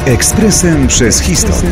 Ekspresem przez historię.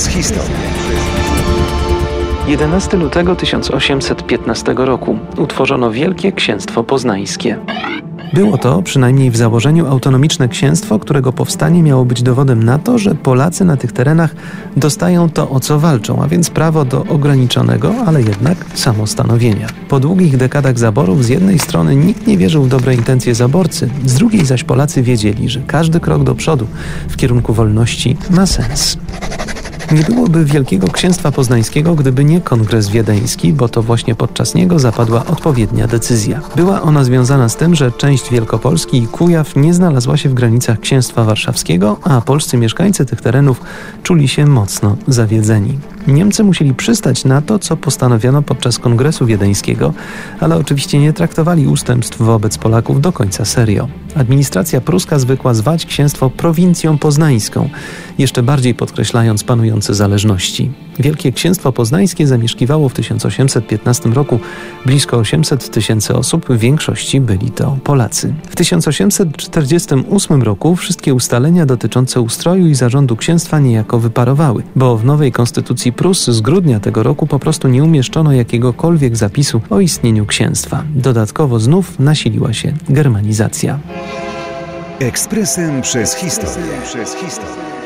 11 lutego 1815 roku utworzono Wielkie Księstwo Poznańskie. Było to, przynajmniej w założeniu, autonomiczne księstwo, którego powstanie miało być dowodem na to, że Polacy na tych terenach dostają to, o co walczą, a więc prawo do ograniczonego, ale jednak samostanowienia. Po długich dekadach zaborów z jednej strony nikt nie wierzył w dobre intencje zaborcy, z drugiej zaś Polacy wiedzieli, że każdy krok do przodu w kierunku wolności ma sens. Nie byłoby Wielkiego Księstwa Poznańskiego, gdyby nie Kongres Wiedeński, bo to właśnie podczas niego zapadła odpowiednia decyzja. Była ona związana z tym, że część Wielkopolski i Kujaw nie znalazła się w granicach Księstwa Warszawskiego, a polscy mieszkańcy tych terenów czuli się mocno zawiedzeni. Niemcy musieli przystać na to, co postanowiono podczas Kongresu Wiedeńskiego, ale oczywiście nie traktowali ustępstw wobec Polaków do końca serio. Administracja pruska zwykła zwać księstwo prowincją poznańską, jeszcze bardziej podkreślając panujące zależności. Wielkie Księstwo Poznańskie zamieszkiwało w 1815 roku blisko 800 tysięcy osób, w większości byli to Polacy. W 1848 roku wszystkie ustalenia dotyczące ustroju i zarządu księstwa niejako wyparowały, bo w nowej konstytucji Prus z grudnia tego roku po prostu nie umieszczono jakiegokolwiek zapisu o istnieniu księstwa. Dodatkowo znów nasiliła się germanizacja. Ekspresem przez historię.